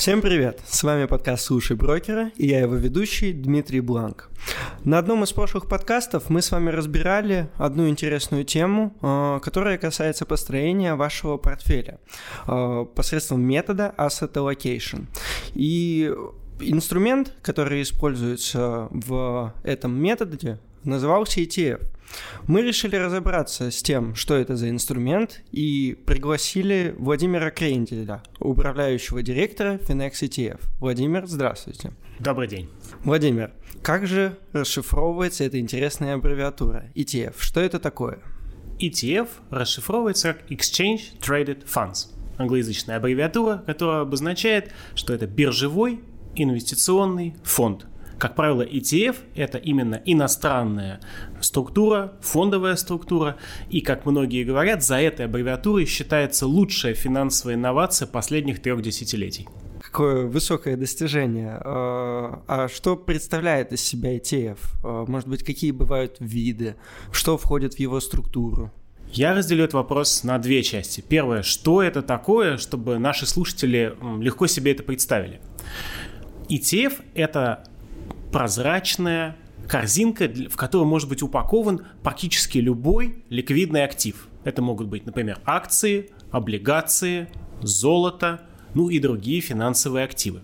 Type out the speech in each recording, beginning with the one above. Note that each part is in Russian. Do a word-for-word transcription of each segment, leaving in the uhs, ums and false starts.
Всем привет! С вами подкаст «Слушай брокера» и я его ведущий Дмитрий Бланк. На одном из прошлых подкастов мы с вами разбирали одну интересную тему, которая касается построения вашего портфеля посредством метода Asset Allocation. И инструмент, который используется в этом методе, назывался и ти эф. Мы решили разобраться с тем, что это за инструмент, и пригласили Владимира Кренделя, управляющего директора Finex и ти эф. Владимир, здравствуйте. Добрый день. Владимир, как же расшифровывается эта интересная аббревиатура и ти эф? Что это такое? и ти эф расшифровывается как Exchange Traded Funds. Англоязычная аббревиатура, которая обозначает, что это биржевой инвестиционный фонд. Как правило, и ти эф – это именно иностранная структура, фондовая структура, и, как многие говорят, за этой аббревиатурой считается лучшая финансовая инновация последних трех десятилетий. Какое высокое достижение. А что представляет из себя и ти эф? Может быть, какие бывают виды? Что входит в его структуру? Я разделю этот вопрос на две части. Первое, что это такое, чтобы наши слушатели легко себе это представили. и ти эф – это прозрачная корзинка, в которой может быть упакован практически любой ликвидный актив. Это могут быть, например, акции, облигации, золото, ну и другие финансовые активы.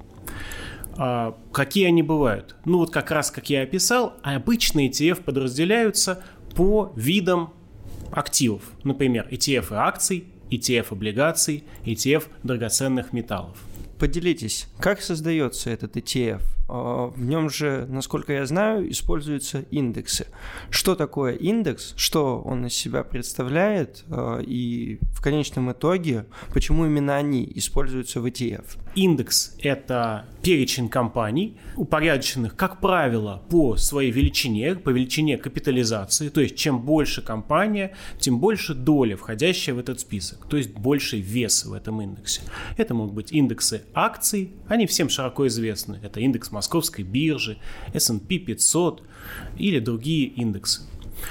А какие они бывают? Ну вот как раз, как я описал, обычно и ти эф подразделяются по видам активов. Например, и ти эф акций, и ти эф облигаций, и ти эф драгоценных металлов. Поделитесь, как создается этот и ти эф? В нем же, насколько я знаю, используются индексы. Что такое индекс, что он из себя представляет, и в конечном итоге, почему именно они используются в и ти эф? Индекс – это перечень компаний, упорядоченных, как правило, по своей величине, по величине капитализации. То есть, чем больше компания, тем больше доля, входящая в этот список. То есть, больше вес в этом индексе. Это могут быть индексы акций, они всем широко известны. Это индекс Московской биржи, эс энд пи пятьсот или другие индексы.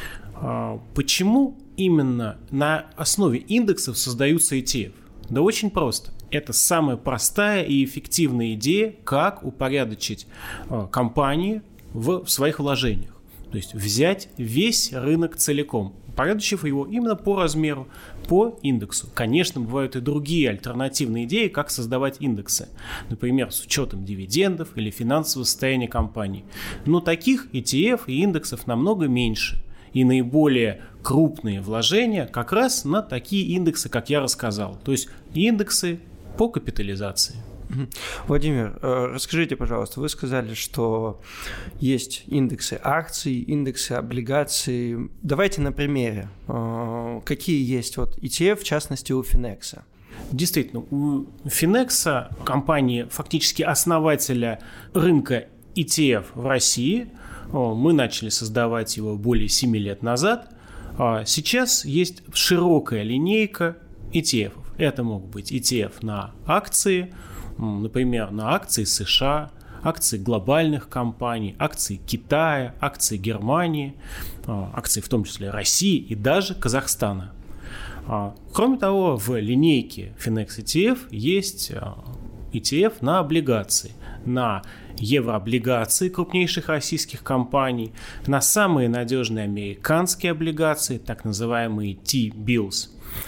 Почему именно на основе индексов создаются и ти эф? Да очень просто. Это самая простая и эффективная идея, как упорядочить компании в своих вложениях. То есть взять весь рынок целиком, упорядочив его именно по размеру, по индексу. Конечно, бывают и другие альтернативные идеи, как создавать индексы. Например, с учетом дивидендов или финансового состояния компании. Но таких и ти эф и индексов намного меньше. И наиболее крупные вложения как раз на такие индексы, как я рассказал. То есть индексы по капитализации. Владимир, расскажите, пожалуйста, вы сказали, что есть индексы акций, индексы облигаций. Давайте на примере. Какие есть вот и ти эф, в частности, у Finex? Действительно, у Finex, компании фактически основателя рынка и ти эф в России, мы начали создавать его более семи лет назад. Сейчас есть широкая линейка и ти эф. Это могут быть и ти эф на акции, например, на акции США, акции глобальных компаний, акции Китая, акции Германии, акции в том числе России и даже Казахстана. Кроме того, в линейке Finex и ти эф есть и ти эф на облигации, на еврооблигации крупнейших российских компаний, на самые надежные американские облигации, так называемые T-bills.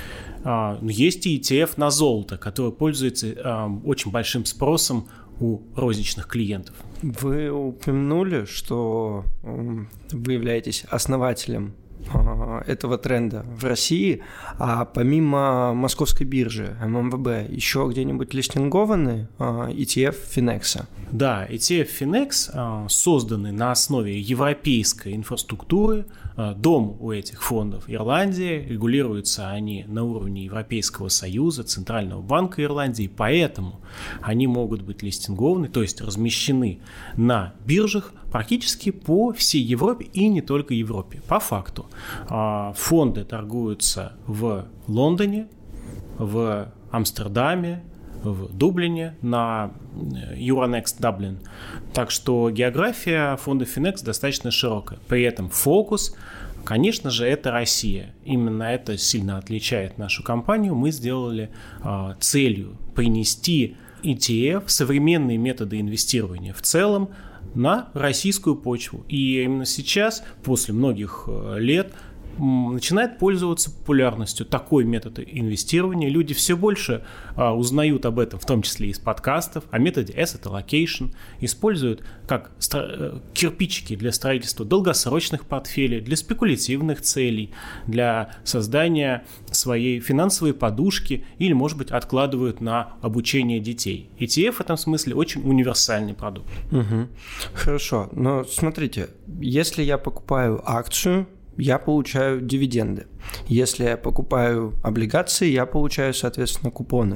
Есть и и ти эф на золото, который пользуется очень большим спросом у розничных клиентов. Вы упомянули, что вы являетесь основателем этого тренда в России, а помимо Московской биржи, эм эм вэ бэ, еще где-нибудь листингованы и ти эф Finex? Да, и ти эф Finex созданы на основе европейской инфраструктуры. Дом у этих фондов Ирландия, регулируются они на уровне Европейского Союза, Центрального банка Ирландии, поэтому они могут быть листингованы, то есть размещены на биржах практически по всей Европе и не только Европе. По факту фонды торгуются в Лондоне, в Амстердаме, в Дублине на Euronext Dublin. Так что география фонда Finex достаточно широкая. При этом фокус, конечно же, это Россия. Именно это сильно отличает нашу компанию. Мы сделали э, целью принести и ти эф, современные методы инвестирования в целом на российскую почву. И именно сейчас, после многих лет, начинает пользоваться популярностью такой метод инвестирования. Люди все больше а, узнают об этом, в том числе из подкастов, о методе asset allocation, используют как стро- кирпичики для строительства долгосрочных портфелей, для спекулятивных целей, для создания своей финансовой подушки или, может быть, откладывают на обучение детей. и ти эф в этом смысле очень универсальный продукт. Угу. Хорошо, но смотрите, если я покупаю акцию, я получаю дивиденды. Если я покупаю облигации, я получаю, соответственно, купоны.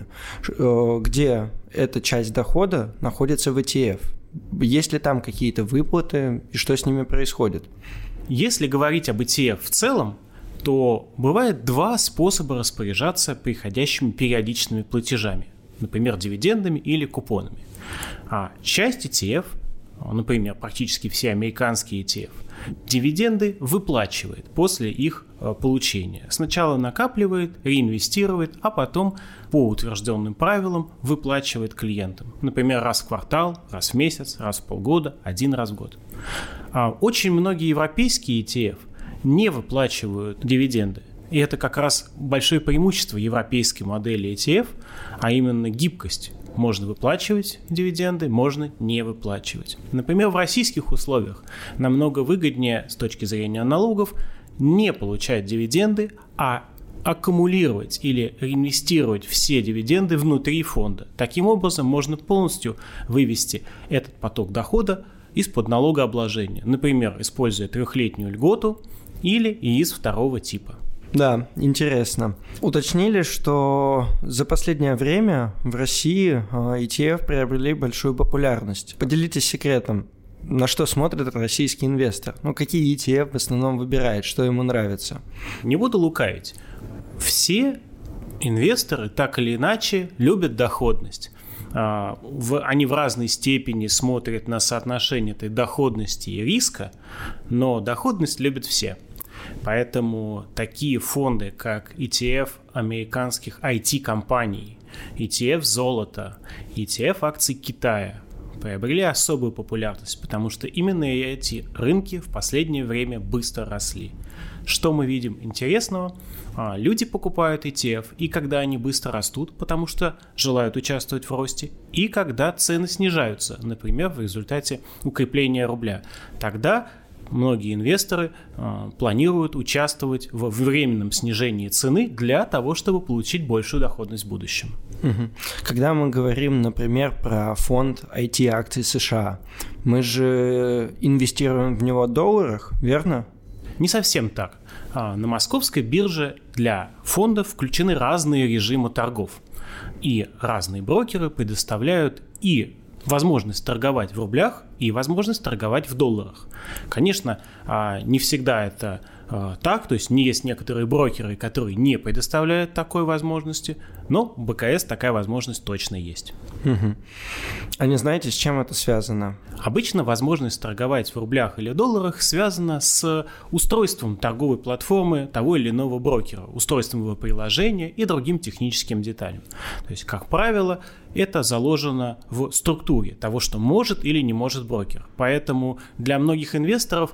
Где эта часть дохода находится в и ти эф? Есть ли там какие-то выплаты и что с ними происходит? Если говорить об и ти эф в целом, то бывает два способа распоряжаться приходящими периодичными платежами, например, дивидендами или купонами. А часть и ти эф, например, практически все американские и ти эф, дивиденды выплачивает после их получения. Сначала накапливает, реинвестирует, а потом по утвержденным правилам выплачивает клиентам. Например, раз в квартал, раз в месяц, раз в полгода, один раз в год. Очень многие европейские и ти эф не выплачивают дивиденды. И это как раз большое преимущество европейской модели и ти эф, а именно гибкость. Можно выплачивать дивиденды, можно не выплачивать. Например, в российских условиях намного выгоднее с точки зрения налогов не получать дивиденды, а аккумулировать или реинвестировать все дивиденды внутри фонда. Таким образом, можно полностью вывести этот поток дохода из-под налогообложения. Например, используя трехлетнюю льготу или ИИС второго типа. Да, интересно. Уточнили, что за последнее время в России и ти эф приобрели большую популярность. Поделитесь секретом, на что смотрит российский инвестор? Ну, какие и ти эф в основном выбирает, что ему нравится? Не буду лукавить. Все инвесторы так или иначе любят доходность. Они в разной степени смотрят на соотношение этой доходности и риска, но доходность любят все. Поэтому такие фонды, как и ти эф американских ай ти-компаний, и ти эф золота, и ти эф акций Китая приобрели особую популярность, потому что именно эти рынки в последнее время быстро росли. Что мы видим интересного? Люди покупают и ти эф, и когда они быстро растут, потому что желают участвовать в росте, и когда цены снижаются, например, в результате укрепления рубля. Тогда многие инвесторы э, планируют участвовать в временном снижении цены для того, чтобы получить большую доходность в будущем. Угу. Когда мы говорим, например, про фонд ай ти-акций США, мы же инвестируем в него в долларах, верно? Не совсем так. А, на московской бирже для фондов включены разные режимы торгов. И разные брокеры предоставляют и возможность торговать в рублях и возможность торговать в долларах. Конечно, не всегда это так, то есть есть некоторые брокеры, которые не предоставляют такой возможности, но в бэ ка эс такая возможность точно есть. Угу. А не знаете, с чем это связано? Обычно возможность торговать в рублях или долларах связана с устройством торговой платформы того или иного брокера, устройством его приложения и другим техническим деталям. То есть, как правило, это заложено в структуре того, что может или не может брокер. Поэтому для многих инвесторов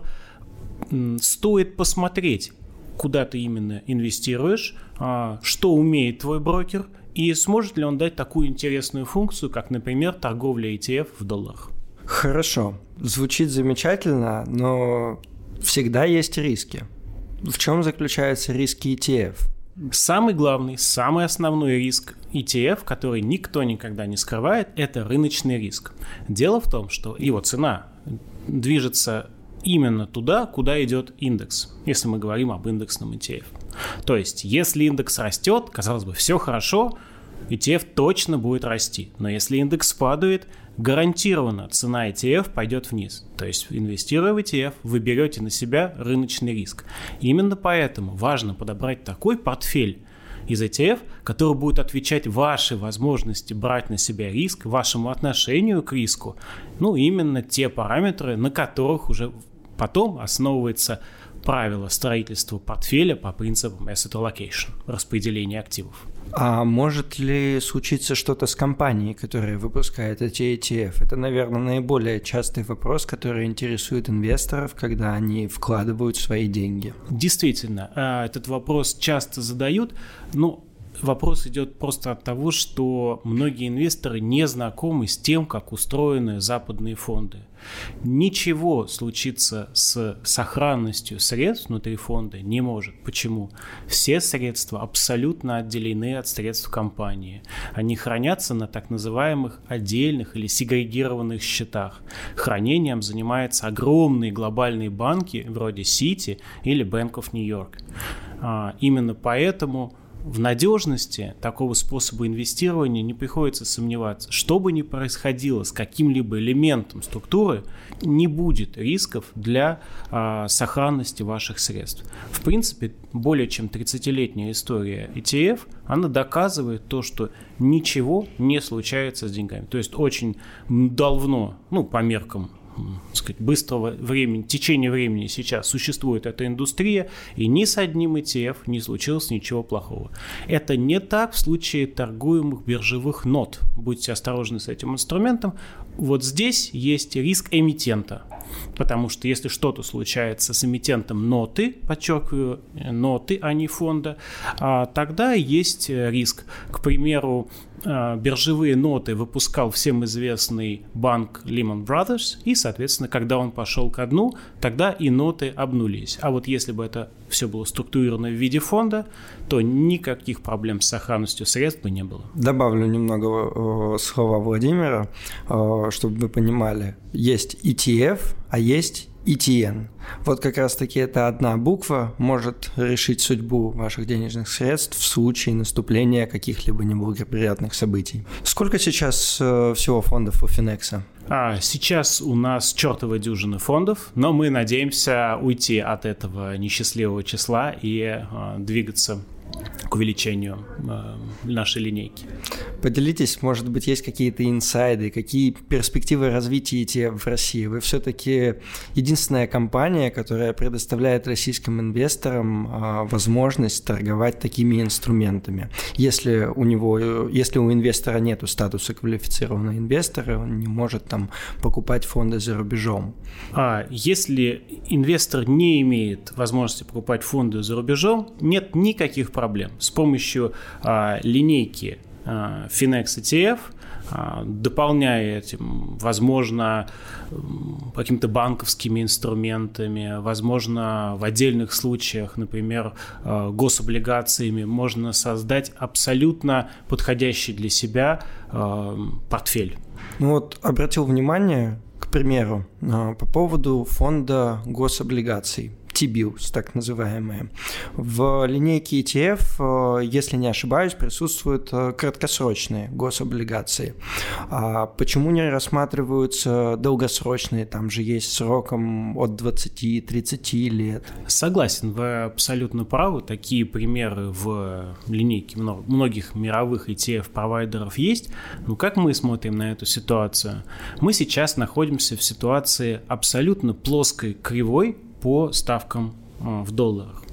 стоит посмотреть, куда ты именно инвестируешь, что умеет твой брокер и сможет ли он дать такую интересную функцию, как, например, торговля и ти эф в долларах. Хорошо, звучит замечательно, но всегда есть риски. В чем заключаются риски и ти эф? Самый главный, самый основной риск и ти эф, который никто никогда не скрывает, это рыночный риск. Дело в том, что его цена движется именно туда, куда идет индекс, если мы говорим об индексном и ти эф. То есть, если индекс растет, казалось бы, все хорошо, и ти эф точно будет расти. Но если индекс падает, гарантированно цена и ти эф пойдет вниз. То есть, инвестируя в и ти эф, вы берете на себя рыночный риск. И именно поэтому важно подобрать такой портфель из и ти эф, который будет отвечать вашей возможности брать на себя риск, вашему отношению к риску. Ну, именно те параметры, на которых уже потом основывается правила строительства портфеля по принципам asset allocation, распределения активов. А может ли случиться что-то с компанией, которая выпускает эти и ти эф? Это, наверное, наиболее частый вопрос, который интересует инвесторов, когда они вкладывают свои деньги. Действительно, этот вопрос часто задают, но вопрос идет просто от того, что многие инвесторы не знакомы с тем, как устроены западные фонды. Ничего случиться с сохранностью средств внутри фонда не может. Почему? Все средства абсолютно отделены от средств компании. Они хранятся на так называемых отдельных или сегрегированных счетах. Хранением занимаются огромные глобальные банки вроде Citi или Bank of New York. Именно поэтому в надежности такого способа инвестирования не приходится сомневаться. Что бы ни происходило с каким-либо элементом структуры, не будет рисков для а, сохранности ваших средств. В принципе, более чем тридцатилетняя история и ти эф, она доказывает то, что ничего не случается с деньгами. То есть очень давно, ну, по меркам, так сказать, быстрого времени, течения времени сейчас существует эта индустрия, и ни с одним и ти эф не случилось ничего плохого. Это не так в случае торгуемых биржевых нот. Будьте осторожны с этим инструментом. Вот здесь есть риск эмитента. Потому что если что-то случается с эмитентом ноты, подчеркиваю, ноты, а не фонда, тогда есть риск. К примеру, биржевые ноты выпускал всем известный банк Lehman Brothers, и, соответственно, когда он пошел ко дну, тогда и ноты обнулись. А вот если бы это все было структурировано в виде фонда, то никаких проблем с сохранностью средств бы не было. Добавлю немного э, слова Владимира, э, чтобы вы понимали. Есть и ти эф, а есть и ти эн. Вот как раз-таки эта одна буква может решить судьбу ваших денежных средств в случае наступления каких-либо неблагоприятных событий. Сколько сейчас э, всего фондов у Финекса? А, сейчас у нас чертова дюжина фондов, но мы надеемся уйти от этого несчастливого числа и э, двигаться к увеличению э, нашей линейки. Поделитесь, может быть, есть какие-то инсайды, какие перспективы развития и ти эф в России? Вы все-таки единственная компания, которая предоставляет российским инвесторам э, возможность торговать такими инструментами. Если у него, если у инвестора нет статуса квалифицированного инвестора, он не может там покупать фонды за рубежом. А если инвестор не имеет возможности покупать фонды за рубежом, нет никаких проблем. С помощью а, линейки а, Finex и ти эф, а, дополняя этим, возможно, какими-то банковскими инструментами, возможно, в отдельных случаях, например, а, гособлигациями, можно создать абсолютно подходящий для себя а, портфель. Ну вот, обратил внимание, к примеру, по поводу фонда гособлигаций. Ти-билс, так называемые. В линейке и ти эф, если не ошибаюсь, присутствуют краткосрочные гособлигации. А почему не рассматриваются долгосрочные? Там же есть сроком от двадцати-тридцати лет. Согласен, вы абсолютно правы. Такие примеры в линейке многих мировых и ти эф-провайдеров есть. Но как мы смотрим на эту ситуацию? Мы сейчас находимся в ситуации абсолютно плоской кривой по ставкам в долларах.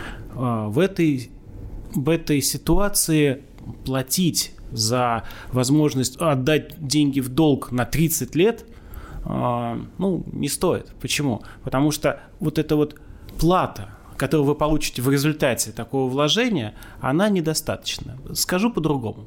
В этой, в этой ситуации платить за возможность отдать деньги в долг на тридцать лет, ну, не стоит. Почему? Потому что вот эта вот плата, которую вы получите в результате такого вложения, она недостаточна. Скажу по-другому.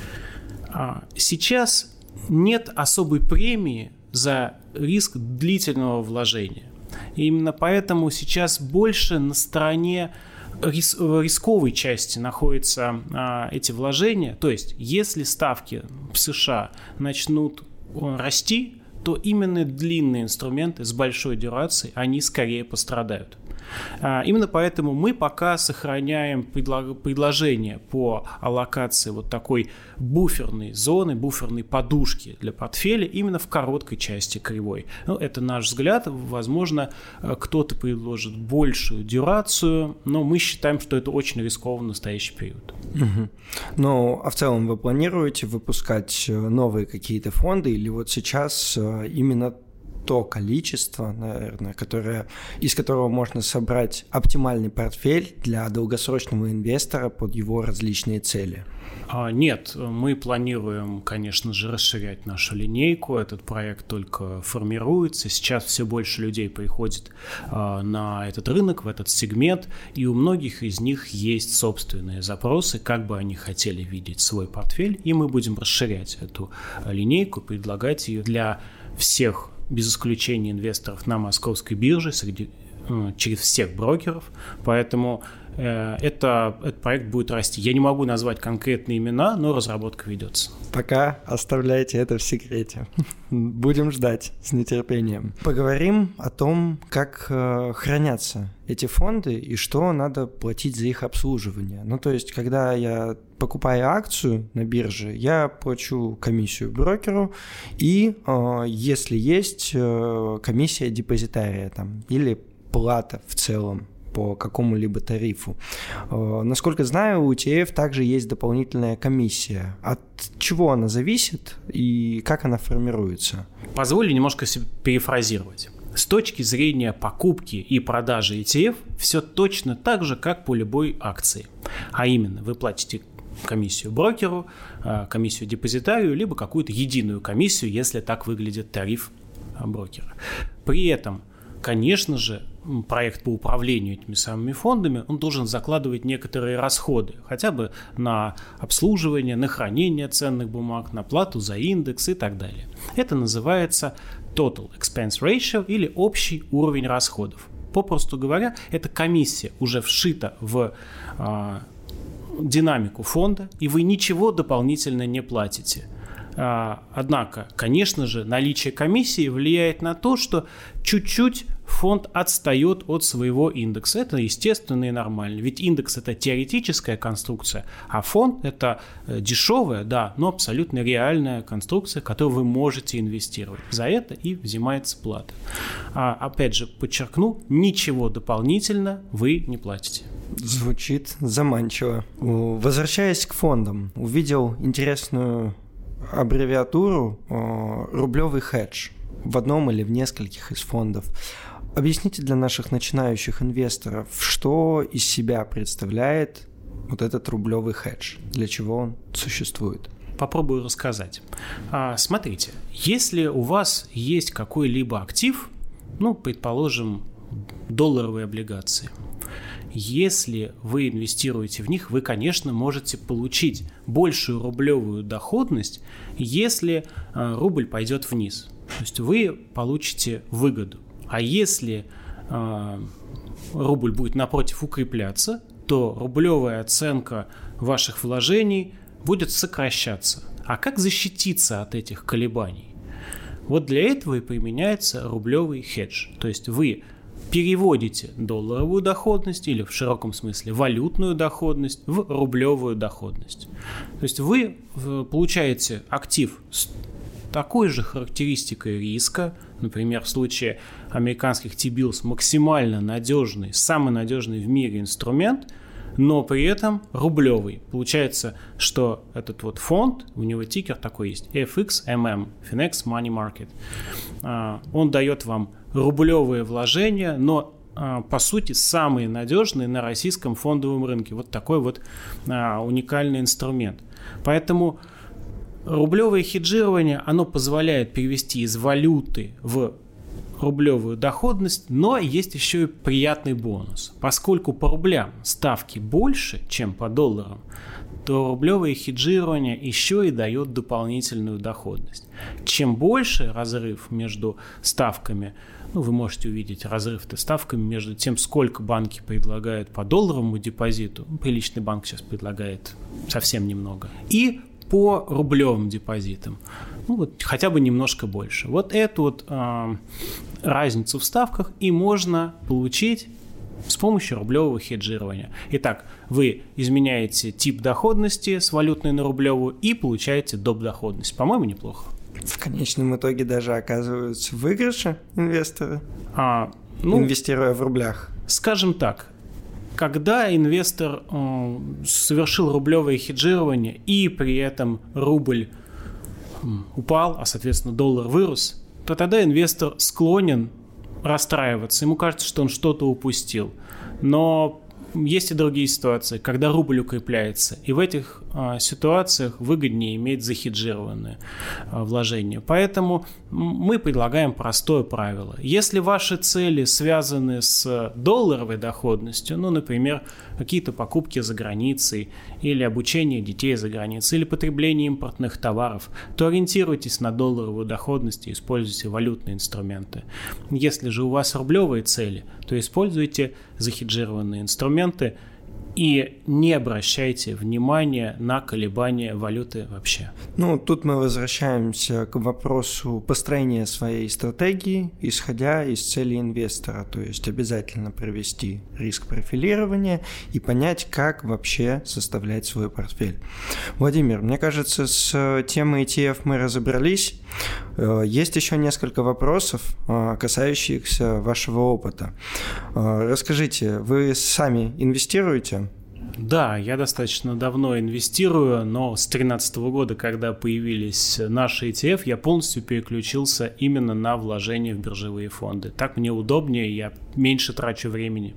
Сейчас нет особой премии за риск длительного вложения. И именно поэтому сейчас больше на стороне рис- рисковой части находятся а, эти вложения. То есть, если ставки в США начнут расти, то именно длинные инструменты с большой дюрацией, они скорее пострадают. Именно поэтому мы пока сохраняем предложение по аллокации вот такой буферной зоны, буферной подушки для портфеля именно в короткой части кривой. Ну, это наш взгляд. Возможно, кто-то предложит большую дюрацию, но мы считаем, что это очень рискованно в настоящий период. Угу. Ну, а в целом вы планируете выпускать новые какие-то фонды или вот сейчас именно то количество, наверное, которое, из которого можно собрать оптимальный портфель для долгосрочного инвестора под его различные цели. Нет, мы планируем, конечно же, расширять нашу линейку. Этот проект только формируется. Сейчас все больше людей приходит на этот рынок, в этот сегмент, и у многих из них есть собственные запросы, как бы они хотели видеть свой портфель, и мы будем расширять эту линейку, предлагать ее для всех, без исключения инвесторов на московской бирже, среди, через всех брокеров. Поэтому э, это, этот проект будет расти. Я не могу назвать конкретные имена, но разработка ведется. Пока оставляйте это в секрете. Будем ждать с нетерпением. Поговорим о том, как э, хранятся эти фонды и что надо платить за их обслуживание. Ну, то есть, когда я покупаю акцию на бирже, я плачу комиссию брокеру, и э, если есть э, комиссия депозитария там, или плата в целом по какому-либо тарифу. Э, насколько знаю, у и ти эф также есть дополнительная комиссия. От чего она зависит и как она формируется? Позволю немножко перефразировать. С точки зрения покупки и продажи и ти эф все точно так же, как по любой акции. А именно, вы платите комиссию брокеру, комиссию депозитарию, либо какую-то единую комиссию, если так выглядит тариф брокера. При этом, конечно же, проект по управлению этими самыми фондами, он должен закладывать некоторые расходы, хотя бы на обслуживание, на хранение ценных бумаг, на плату за индекс и так далее. Это называется Total Expense Ratio или общий уровень расходов. Попросту говоря, эта комиссия уже вшита в а, динамику фонда, и вы ничего дополнительно не платите. Однако, конечно же, наличие комиссии влияет на то, что чуть-чуть фонд отстает от своего индекса. Это естественно и нормально, ведь индекс – это теоретическая конструкция, а фонд – это дешевая, да, но абсолютно реальная конструкция, в которую вы можете инвестировать. За это и взимается плата. А, опять же, подчеркну, ничего дополнительно вы не платите. Звучит заманчиво. Возвращаясь к фондам, увидел интересную аббревиатуру «рублевый хедж» в одном или в нескольких из фондов. Объясните для наших начинающих инвесторов, что из себя представляет вот этот рублевый хедж, для чего он существует. Попробую рассказать. А, смотрите, если у вас есть какой-либо актив, ну, предположим, долларовые облигации, если вы инвестируете в них, вы, конечно, можете получить большую рублевую доходность, если э, рубль пойдет вниз. То есть вы получите выгоду. А если э, рубль будет, напротив, укрепляться, то рублевая оценка ваших вложений будет сокращаться. А как защититься от этих колебаний? Вот для этого и применяется рублевый хедж. То есть вы переводите долларовую доходность или в широком смысле валютную доходность в рублевую доходность. То есть вы получаете актив с такой же характеристикой риска, например, в случае американских T-bills максимально надежный, самый надежный в мире инструмент, но при этом рублевый. Получается, что этот вот фонд, у него тикер такой есть, эф икс эм эм, Finex Money Market. Он дает вам рублевые вложения, но по сути самые надежные на российском фондовом рынке. Вот такой вот уникальный инструмент. Поэтому рублевое хеджирование, оно позволяет перевести из валюты в рублевую доходность, но есть еще и приятный бонус. Поскольку по рублям ставки больше, чем по долларам, то рублевое хеджирование еще и дает дополнительную доходность. Чем больше разрыв между ставками, ну, вы можете увидеть разрыв-то ставками между тем, сколько банки предлагают по долларовому депозиту, ну, приличный банк сейчас предлагает совсем немного, и по рублевым депозитам, ну, вот хотя бы немножко больше. Вот эту вот э, разницу в ставках и можно получить с помощью рублевого хеджирования. Итак, вы изменяете тип доходности с валютной на рублевую и получаете доп. Доходность. По-моему, неплохо. В конечном итоге даже оказываются в выигрыше инвесторы, а, ну, инвестируя в рублях. Скажем так, когда инвестор э, совершил рублевое хеджирование и при этом рубль э, упал, а соответственно доллар вырос, то тогда инвестор склонен расстраиваться. Ему кажется, что он что-то упустил. Но есть и другие ситуации, когда рубль укрепляется, и в этих а, ситуациях выгоднее иметь захеджированные а, вложения. Поэтому мы предлагаем простое правило. Если ваши цели связаны с долларовой доходностью, ну, например, какие-то покупки за границей, или обучение детей за границей, или потребление импортных товаров, то ориентируйтесь на долларовую доходность и используйте валютные инструменты. Если же у вас рублевые цели, то используйте захеджированные инструменты и не обращайте внимания на колебания валюты вообще. Ну, тут мы возвращаемся к вопросу построения своей стратегии, исходя из цели инвестора. То есть обязательно провести риск профилирования и понять, как вообще составлять свой портфель. Владимир, мне кажется, с темой и ти эф мы разобрались. Есть еще несколько вопросов, касающихся вашего опыта. Расскажите, вы сами инвестируете? Да, я достаточно давно инвестирую, но с две тысячи тринадцатого года, когда появились наши и ти эф, я полностью переключился именно на вложения в биржевые фонды. Так мне удобнее, я меньше трачу времени.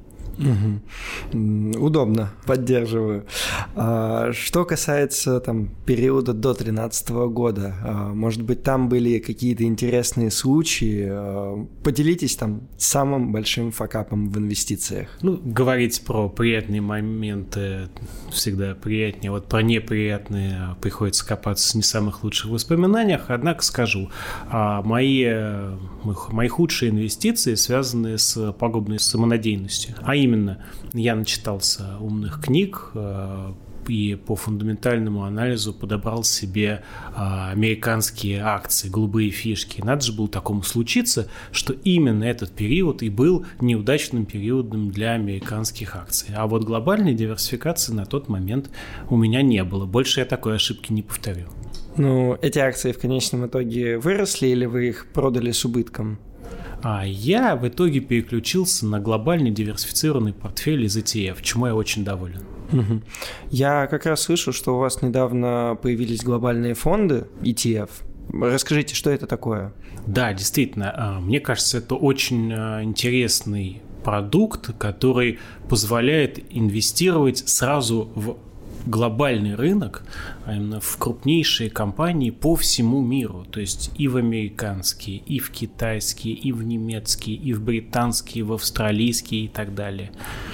Угу. Удобно, поддерживаю. А, что касается там, периода до две тысячи тринадцатого года, а, может быть, там были какие-то интересные случаи? А, поделитесь там самым большим факапом в инвестициях. Ну, говорить про приятные моменты всегда приятнее. Вот про неприятные приходится копаться в не самых лучших воспоминаниях. Однако скажу, а, мои, мои худшие инвестиции связаны с пагубной самонадеянностью. А именно, я начитался умных книг э, и по фундаментальному анализу подобрал себе э, американские акции, голубые фишки. Надо же было такому случиться, что именно этот период и был неудачным периодом для американских акций. А вот глобальной диверсификации на тот момент у меня не было. Больше я такой ошибки не повторю. Ну, эти акции в конечном итоге выросли или вы их продали с убытком? А я в итоге переключился на глобальный диверсифицированный портфель из и ти эф, чему я очень доволен. Угу. Я как раз слышу, что у вас недавно появились глобальные фонды и ти эф. Расскажите, что это такое? Да, действительно, мне кажется, это очень интересный продукт, который позволяет инвестировать сразу в глобальный рынок, а именно в крупнейшие компании по всему миру, то есть и в американские, и в китайские, и в немецкие, и в британские, и в австралийские и так далее.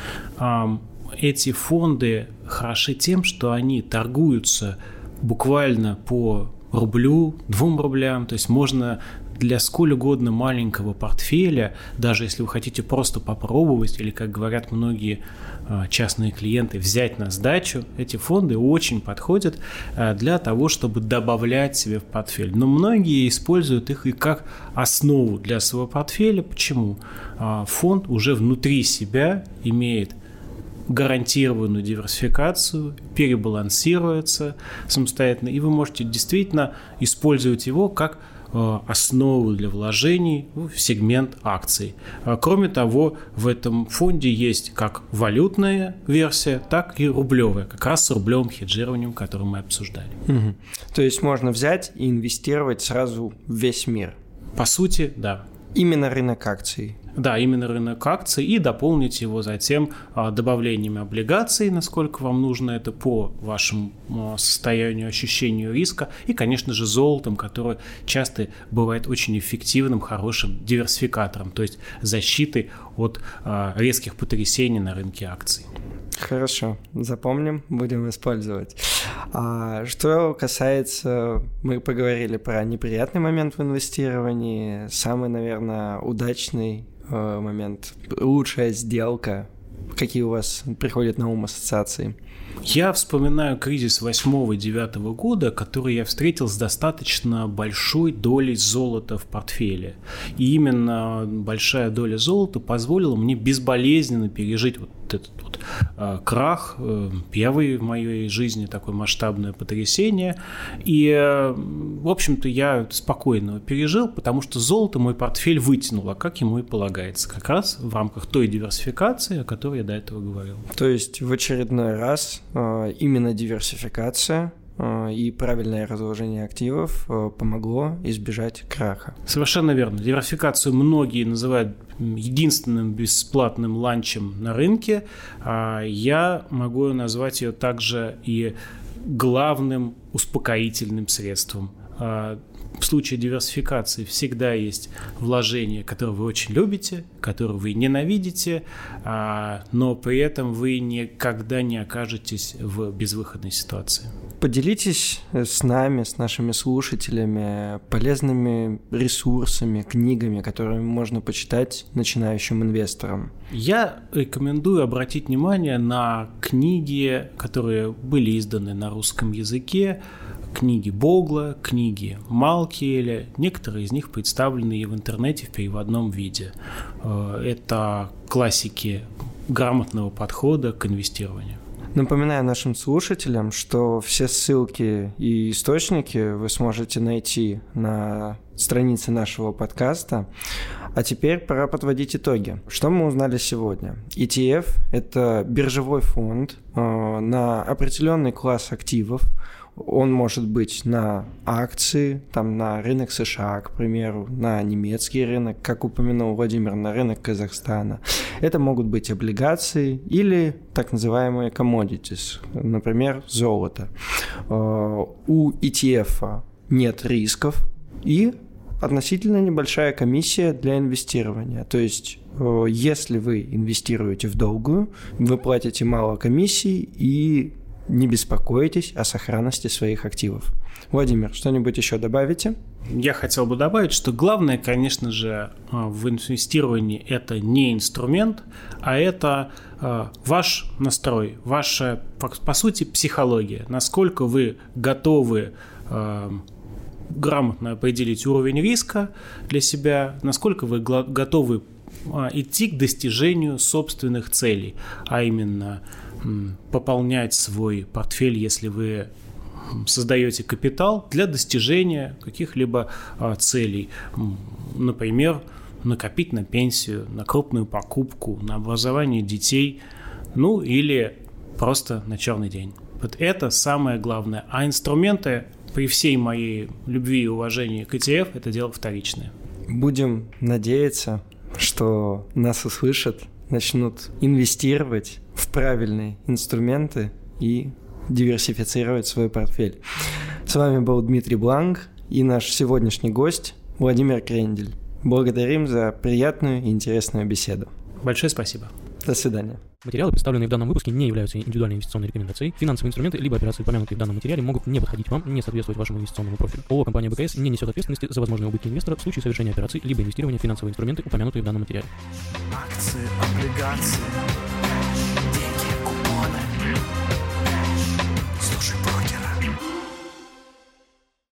Эти фонды хороши тем, что они торгуются буквально по рублю, двум рублям, то есть можно для сколь угодно маленького портфеля, даже если вы хотите просто попробовать, или, как говорят многие частные клиенты, взять на сдачу, эти фонды очень подходят для того, чтобы добавлять себе в портфель. Но многие используют их и как основу для своего портфеля. Почему? Фонд уже внутри себя имеет гарантированную диверсификацию, перебалансируется самостоятельно, и вы можете действительно использовать его как основу для вложений в сегмент акций. Кроме того, в этом фонде есть как валютная версия, так и рублевая, как раз с рублевым хеджированием, который мы обсуждали. Угу. То есть можно взять и инвестировать сразу в весь мир? По сути, да. Именно рынок акций? Да, именно рынок акций, и дополнить его затем добавлениями облигаций, насколько вам нужно это по вашему состоянию, ощущению риска, и, конечно же, золотом, которое часто бывает очень эффективным, хорошим диверсификатором, то есть защитой от резких потрясений на рынке акций. Хорошо, запомним, будем использовать. А что касается, мы поговорили про неприятный момент в инвестировании, самый, наверное, удачный э, момент, лучшая сделка. Какие у вас приходят на ум ассоциации? Я вспоминаю кризис восьмого-девятого года, который я встретил с достаточно большой долей золота в портфеле. И именно большая доля золота позволила мне безболезненно пережить вот этот вот э, крах, э, первый в моей жизни такое масштабное потрясение. И, э, в общем-то, я спокойно его пережил, потому что золото мой портфель вытянуло, как ему и полагается, как раз в рамках той диверсификации, о которой я до этого говорил. То есть в очередной раз э, именно диверсификация и правильное разложение активов помогло избежать краха. Совершенно верно. Диверсификацию многие называют единственным бесплатным ланчем на рынке, а я могу назвать ее также и главным успокоительным средством. В случае диверсификации всегда есть вложения, которые вы очень любите, которые вы ненавидите, но при этом вы никогда не окажетесь в безвыходной ситуации. Поделитесь с нами, с нашими слушателями, полезными ресурсами, книгами, которые можно почитать начинающим инвесторам. Я рекомендую обратить внимание на книги, которые были изданы на русском языке, книги Богла, книги Малкиэля. Некоторые из них представлены и в интернете в переводном виде. Это классики грамотного подхода к инвестированию. Напоминаю нашим слушателям, что все ссылки и источники вы сможете найти на странице нашего подкаста. А теперь пора подводить итоги. Что мы узнали сегодня? и ти эф – это биржевой фонд э, на определенный класс активов. Он может быть на акции, там, на рынок США, к примеру, на немецкий рынок, как упомянул Владимир, на рынок Казахстана. Это могут быть облигации или так называемые commodities, например, золото. У и ти эф нет рисков и относительно небольшая комиссия для инвестирования. То есть, если вы инвестируете в долгую, вы платите мало комиссий и не беспокойтесь о сохранности своих активов. Владимир, что-нибудь еще добавите? Я хотел бы добавить, что главное, конечно же, в инвестировании это не инструмент, а это ваш настрой, ваша, по сути, психология. Насколько вы готовы грамотно определить уровень риска для себя, насколько вы готовы идти к достижению собственных целей, а именно пополнять свой портфель, если вы создаете капитал для достижения каких-либо целей. Например, накопить на пенсию, на крупную покупку, на образование детей, ну или просто на черный день. Вот это самое главное. А инструменты, при всей моей любви и уважении к и ти эф, это дело вторичное. Будем надеяться, что нас услышат, начнут инвестировать в правильные инструменты и диверсифицировать свой портфель. С вами был Дмитрий Бланк и наш сегодняшний гость Владимир Крендель. Благодарим за приятную и интересную беседу. Большое спасибо. До свидания. Материалы, представленные в данном выпуске, не являются индивидуальной инвестиционной рекомендацией. Финансовые инструменты либо операции, упомянутые в данном материале, могут не подходить вам, не соответствовать вашему инвестиционному профилю. ООО «Компания БКС» не несет ответственности за возможные убытки инвестора в случае совершения операций либо инвестирования в финансовые инструменты, упомянутые в данном материале. Акции, облигации.